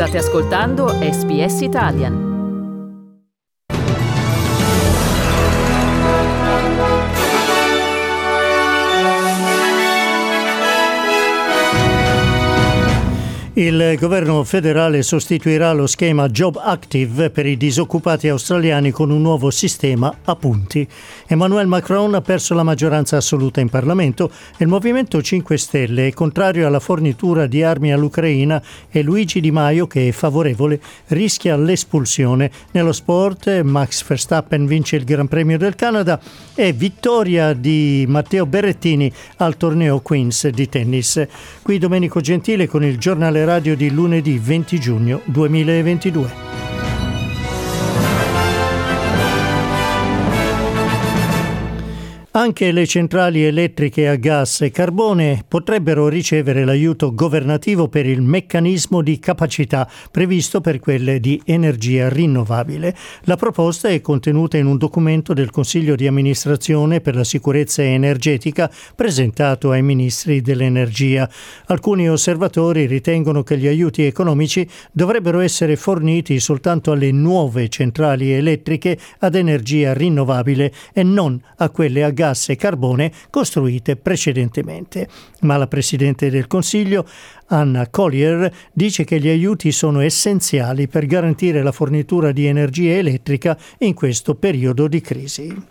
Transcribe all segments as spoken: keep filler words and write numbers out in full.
State ascoltando S B S Italian. Il governo federale sostituirà lo schema Job Active per i disoccupati australiani con un nuovo sistema a punti. Emmanuel Macron ha perso la maggioranza assoluta in Parlamento e il Movimento cinque Stelle è contrario alla fornitura di armi all'Ucraina e Luigi Di Maio, che è favorevole, rischia l'espulsione. Nello sport Max Verstappen vince il Gran Premio del Canada e vittoria di Matteo Berrettini al torneo Queens di tennis. Qui Domenico Gentile con il giornale radio di lunedì venti giugno duemilaventidue. Anche le centrali elettriche a gas e carbone potrebbero ricevere l'aiuto governativo per il meccanismo di capacità previsto per quelle di energia rinnovabile. La proposta è contenuta in un documento del Consiglio di amministrazione per la sicurezza energetica presentato ai ministri dell'energia. Alcuni osservatori ritengono che gli aiuti economici dovrebbero essere forniti soltanto alle nuove centrali elettriche ad energia rinnovabile e non a quelle a gas gas e carbone costruite precedentemente. Ma la Presidente del Consiglio, Anna Collier, dice che gli aiuti sono essenziali per garantire la fornitura di energia elettrica in questo periodo di crisi.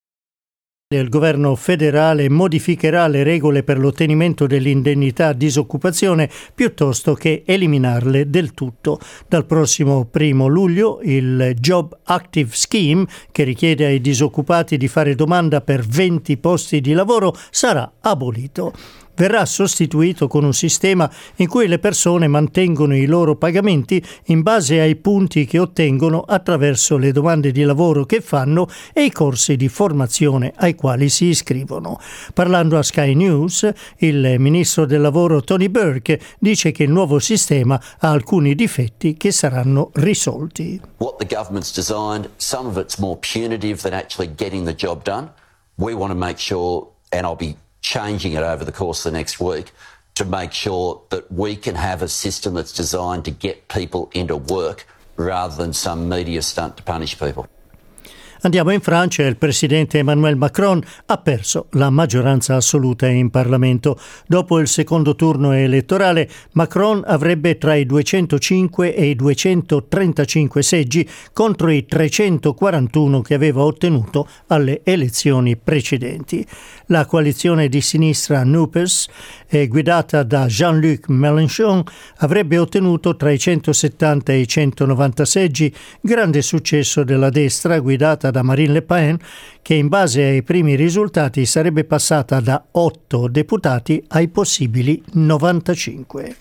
Il governo federale modificherà le regole per l'ottenimento dell'indennità disoccupazione piuttosto che eliminarle del tutto. Dal prossimo primo luglio il Job Active Scheme, che richiede ai disoccupati di fare domanda per venti posti di lavoro, sarà abolito. Verrà sostituito con un sistema in cui le persone mantengono i loro pagamenti in base ai punti che ottengono attraverso le domande di lavoro che fanno e i corsi di formazione ai quali si iscrivono. Parlando a Sky News, il ministro del lavoro Tony Burke dice che il nuovo sistema ha alcuni difetti che saranno risolti. What the government's designed, some of it's more punitive than actually getting the job done. We want to make sure, and I'll be changing it over the course of the next week, to make sure that we can have a system that's designed to get people into work rather than some media stunt to punish people. Andiamo in Francia e il presidente Emmanuel Macron ha perso la maggioranza assoluta in Parlamento. Dopo il secondo turno elettorale, Macron avrebbe tra i duecentocinque e i duecentotrentacinque seggi contro i trecentoquarantuno che aveva ottenuto alle elezioni precedenti. La coalizione di sinistra NUPES, guidata da Jean-Luc Mélenchon, avrebbe ottenuto tra i centosettanta e i centonovanta seggi, grande successo della destra guidata da Marine Le Pen, che in base ai primi risultati sarebbe passata da otto deputati ai possibili novantacinque.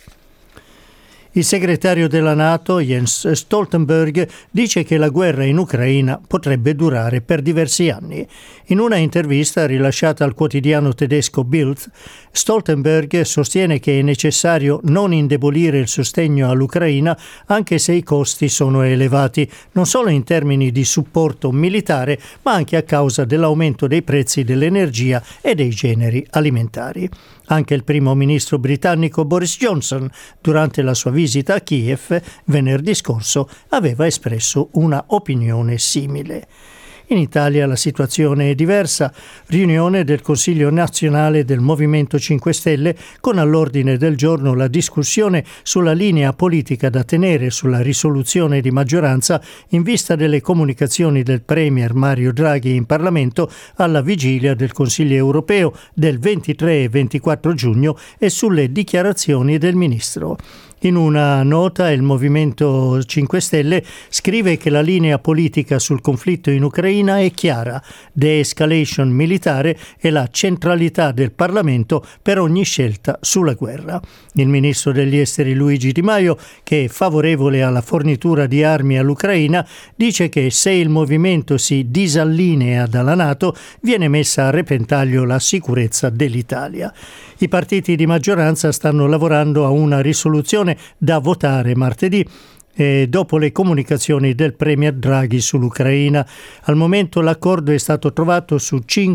Il segretario della NATO, Jens Stoltenberg, dice che la guerra in Ucraina potrebbe durare per diversi anni. In una intervista rilasciata al quotidiano tedesco Bild, Stoltenberg sostiene che è necessario non indebolire il sostegno all'Ucraina anche se i costi sono elevati, non solo in termini di supporto militare, ma anche a causa dell'aumento dei prezzi dell'energia e dei generi alimentari. Anche il primo ministro britannico Boris Johnson, durante la sua visita a Kiev venerdì scorso, aveva espresso una opinione simile. In Italia la situazione è diversa. Riunione del Consiglio nazionale del Movimento cinque Stelle con all'ordine del giorno la discussione sulla linea politica da tenere sulla risoluzione di maggioranza in vista delle comunicazioni del Premier Mario Draghi in Parlamento alla vigilia del Consiglio europeo del ventitré e ventiquattro giugno e sulle dichiarazioni del Ministro. In una nota il Movimento cinque Stelle scrive che la linea politica sul conflitto in Ucraina è chiara: de-escalation militare e la centralità del Parlamento per ogni scelta sulla guerra. Il ministro degli esteri Luigi Di Maio, che è favorevole alla fornitura di armi all'Ucraina, dice che se il movimento si disallinea dalla NATO viene messa a repentaglio la sicurezza dell'Italia. I partiti di maggioranza stanno lavorando a una risoluzione da votare martedì e dopo le comunicazioni del Premier Draghi sull'Ucraina. Al momento l'accordo è stato trovato su cinque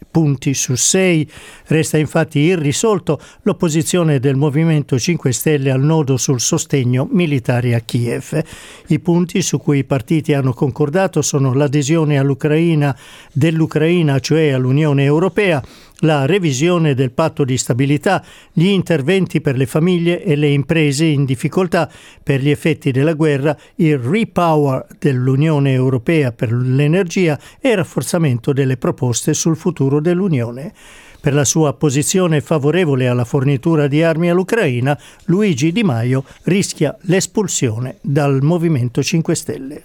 punti su sei. Resta infatti irrisolto l'opposizione del Movimento cinque Stelle al nodo sul sostegno militare a Kiev. I punti su cui i partiti hanno concordato sono l'adesione all'Ucraina dell'Ucraina, cioè all'Unione Europea, la revisione del patto di stabilità, gli interventi per le famiglie e le imprese in difficoltà per gli effetti della guerra, il repower dell'Unione Europea per l'energia e il rafforzamento delle proposte sul futuro dell'Unione. Per la sua posizione favorevole alla fornitura di armi all'Ucraina, Luigi Di Maio rischia l'espulsione dal Movimento cinque Stelle.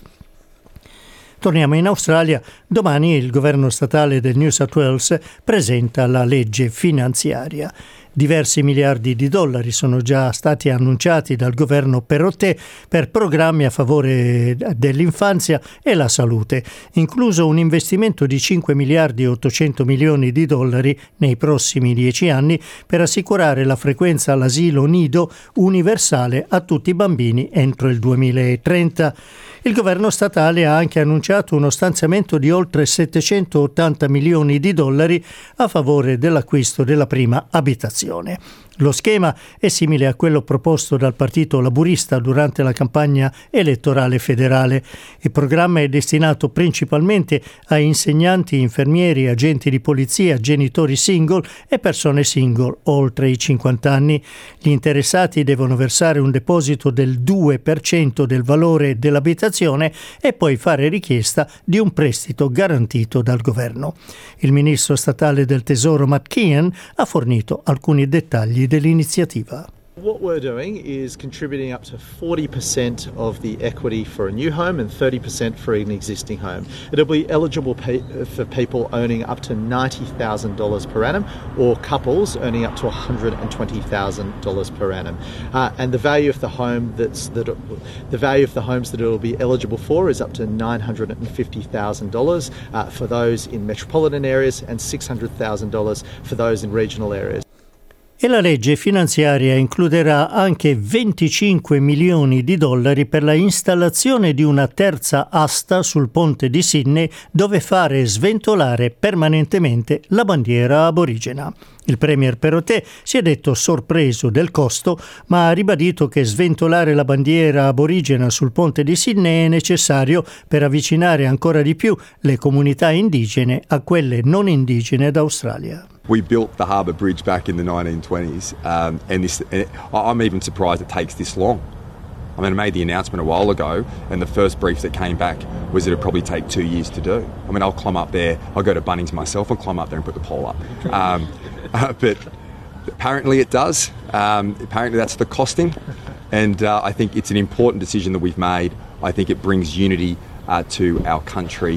Torniamo in Australia. Domani il governo statale del New South Wales presenta la legge finanziaria. Diversi miliardi di dollari sono già stati annunciati dal governo Perrottet per programmi a favore dell'infanzia e la salute, incluso un investimento di cinque miliardi e ottocento milioni di dollari nei prossimi dieci anni per assicurare la frequenza all'asilo nido universale a tutti i bambini entro il duemilatrenta. Il governo statale ha anche annunciato uno stanziamento di oltre settecentottanta milioni di dollari a favore dell'acquisto della prima abitazione. Lo schema è simile a quello proposto dal Partito Laburista durante la campagna elettorale federale. Il programma è destinato principalmente a insegnanti, infermieri, agenti di polizia, genitori single e persone single oltre i cinquanta anni. Gli interessati devono versare un deposito del due per cento del valore dell'abitazione e poi fare richiesta di un prestito garantito dal governo. Il ministro statale del Tesoro Matt Kean ha fornito alcuni dettagli dell'iniziativa. What we're doing is contributing up to forty percent of the equity for a new home and thirty percent for an existing home. It'll be eligible pay for people owning up to ninety thousand dollars per annum or couples earning up to one hundred twenty thousand dollars per annum. Uh, and the value of the home that's that it, the value of the homes that it will be eligible for is up to nine hundred fifty thousand dollars uh, for those in metropolitan areas and six hundred thousand dollars for those in regional areas. E la legge finanziaria includerà anche venticinque milioni di dollari per la installazione di una terza asta sul ponte di Sydney dove fare sventolare permanentemente la bandiera aborigena. Il premier Perrottet si è detto sorpreso del costo, ma ha ribadito che sventolare la bandiera aborigena sul ponte di Sydney è necessario per avvicinare ancora di più le comunità indigene a quelle non indigene d'Australia. We built the Harbour Bridge back in the nineteen twenties, um, and this, and I'm even surprised it takes this long. I mean, I made the announcement a while ago, and the first brief that came back was that it'd probably take two years to do. I mean, I'll climb up there, I'll go to Bunnings myself, I'll climb up there and put the pole up. Um, uh, but apparently it does. Um, apparently that's the costing, and uh, I think it's an important decision that we've made. I think it brings unity uh, to our country.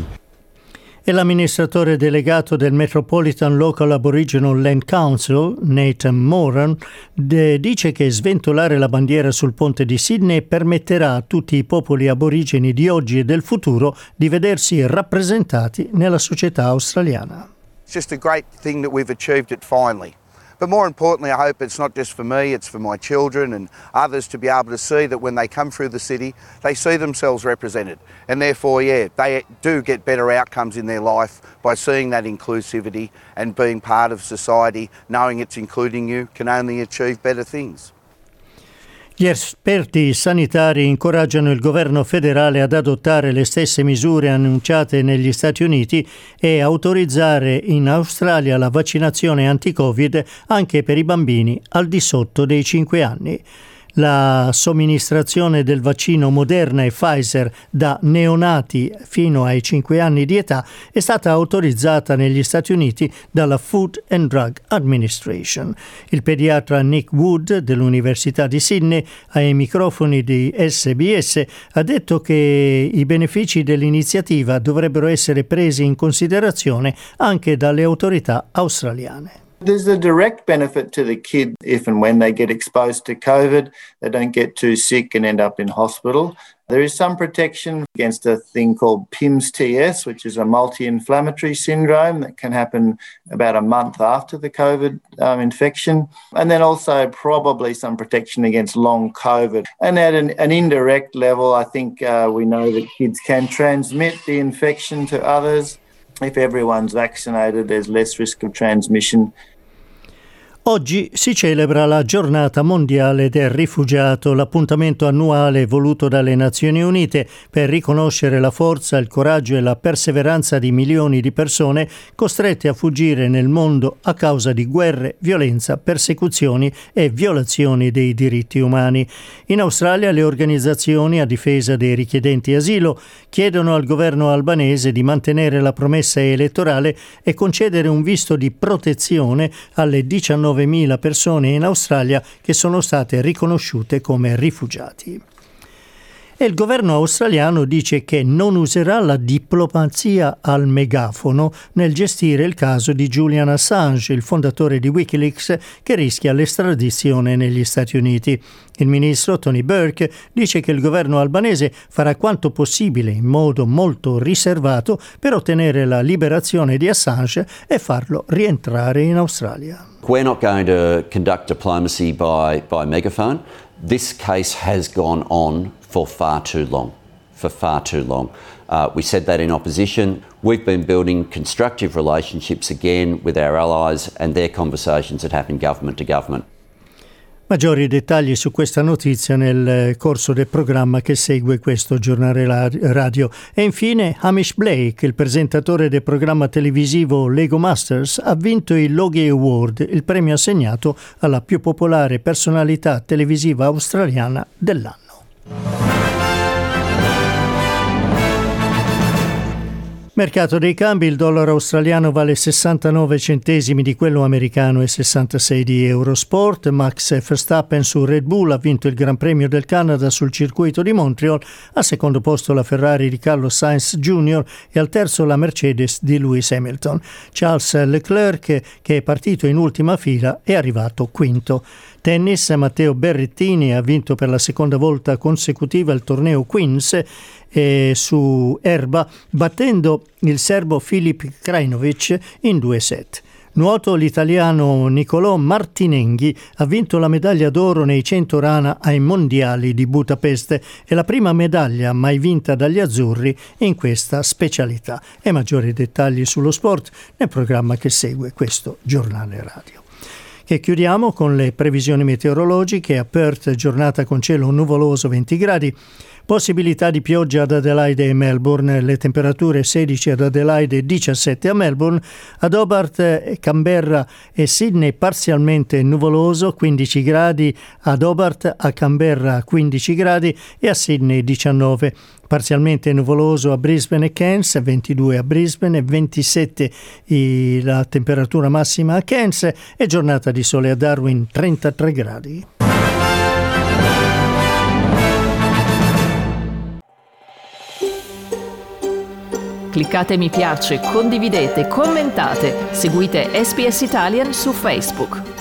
E l'amministratore delegato del Metropolitan Local Aboriginal Land Council, Nathan Moran, de- dice che sventolare la bandiera sul ponte di Sydney permetterà a tutti i popoli aborigeni di oggi e del futuro di vedersi rappresentati nella società australiana. It's just a great thing that we've achieved it finally. But more importantly, I hope it's not just for me, it's for my children and others to be able to see that when they come through the city, they see themselves represented. And therefore, yeah, they do get better outcomes in their life by seeing that inclusivity and being part of society, knowing it's including you, can only achieve better things. Gli esperti sanitari incoraggiano il governo federale ad adottare le stesse misure annunciate negli Stati Uniti e autorizzare in Australia la vaccinazione anti-Covid anche per i bambini al di sotto dei cinque anni. La somministrazione del vaccino Moderna e Pfizer da neonati fino ai cinque anni di età è stata autorizzata negli Stati Uniti dalla Food and Drug Administration. Il pediatra Nick Wood dell'Università di Sydney ai microfoni di S B S ha detto che i benefici dell'iniziativa dovrebbero essere presi in considerazione anche dalle autorità australiane. There's a direct benefit to the kid if and when they get exposed to COVID. They don't get too sick and end up in hospital. There is some protection against a thing called P I M S T S, which is a multi-inflammatory syndrome that can happen about a month after the COVID um, infection. And then also probably some protection against long COVID. And at an, an indirect level, I think uh, we know that kids can transmit the infection to others. if everyone's vaccinated, there's less risk of transmission. Oggi si celebra la Giornata Mondiale del Rifugiato, l'appuntamento annuale voluto dalle Nazioni Unite per riconoscere la forza, il coraggio e la perseveranza di milioni di persone costrette a fuggire nel mondo a causa di guerre, violenza, persecuzioni e violazioni dei diritti umani. In Australia le organizzazioni a difesa dei richiedenti asilo chiedono al governo albanese di mantenere la promessa elettorale e concedere un visto di protezione alle diciannovemila persone in Australia che sono state riconosciute come rifugiati. E il governo australiano dice che non userà la diplomazia al megafono nel gestire il caso di Julian Assange, il fondatore di Wikileaks, che rischia l'estradizione negli Stati Uniti. Il ministro Tony Burke dice che il governo albanese farà quanto possibile in modo molto riservato per ottenere la liberazione di Assange e farlo rientrare in Australia. We're not going to conduct diplomacy by, by megaphone. This case has gone on for far too long, for far too long. Uh, we said that in opposition. We've been building constructive relationships again with our allies and their conversations that happen government to government. Maggiori dettagli su questa notizia nel corso del programma che segue questo giornale radio. E infine Hamish Blake, il presentatore del programma televisivo Lego Masters, ha vinto il Logie Award, il premio assegnato alla più popolare personalità televisiva australiana dell'anno. Mercato dei cambi, il dollaro australiano vale sessantanove centesimi di quello americano e sessantasei di Eurosport. Max Verstappen su Red Bull ha vinto il Gran Premio del Canada sul circuito di Montreal, al secondo posto la Ferrari di Carlos Sainz Junior e al terzo la Mercedes di Lewis Hamilton. Charles Leclerc, che è partito in ultima fila, è arrivato quinto. Tennis, Matteo Berrettini ha vinto per la seconda volta consecutiva il torneo Queens e su erba, battendo il serbo Filip Krajinovic in due set. Nuoto, l'italiano Niccolò Martinenghi ha vinto la medaglia d'oro nei cento rana ai mondiali di Budapest, è la prima medaglia mai vinta dagli azzurri in questa specialità. E maggiori dettagli sullo sport nel programma che segue questo giornale radio. Che chiudiamo con le previsioni meteorologiche. A Perth giornata con cielo nuvoloso venti gradi, possibilità di pioggia ad Adelaide e Melbourne, le temperature sedici ad Adelaide e diciassette a Melbourne, ad Hobart, Canberra e Sydney parzialmente nuvoloso, quindici gradi ad Hobart, a Canberra quindici gradi e a Sydney diciannove. Parzialmente nuvoloso a Brisbane e Cairns, ventidue a Brisbane e ventisette la temperatura massima a Cairns e giornata di sole a Darwin, trentatré gradi. Cliccate mi piace, condividete, commentate, seguite S B S Italian su Facebook.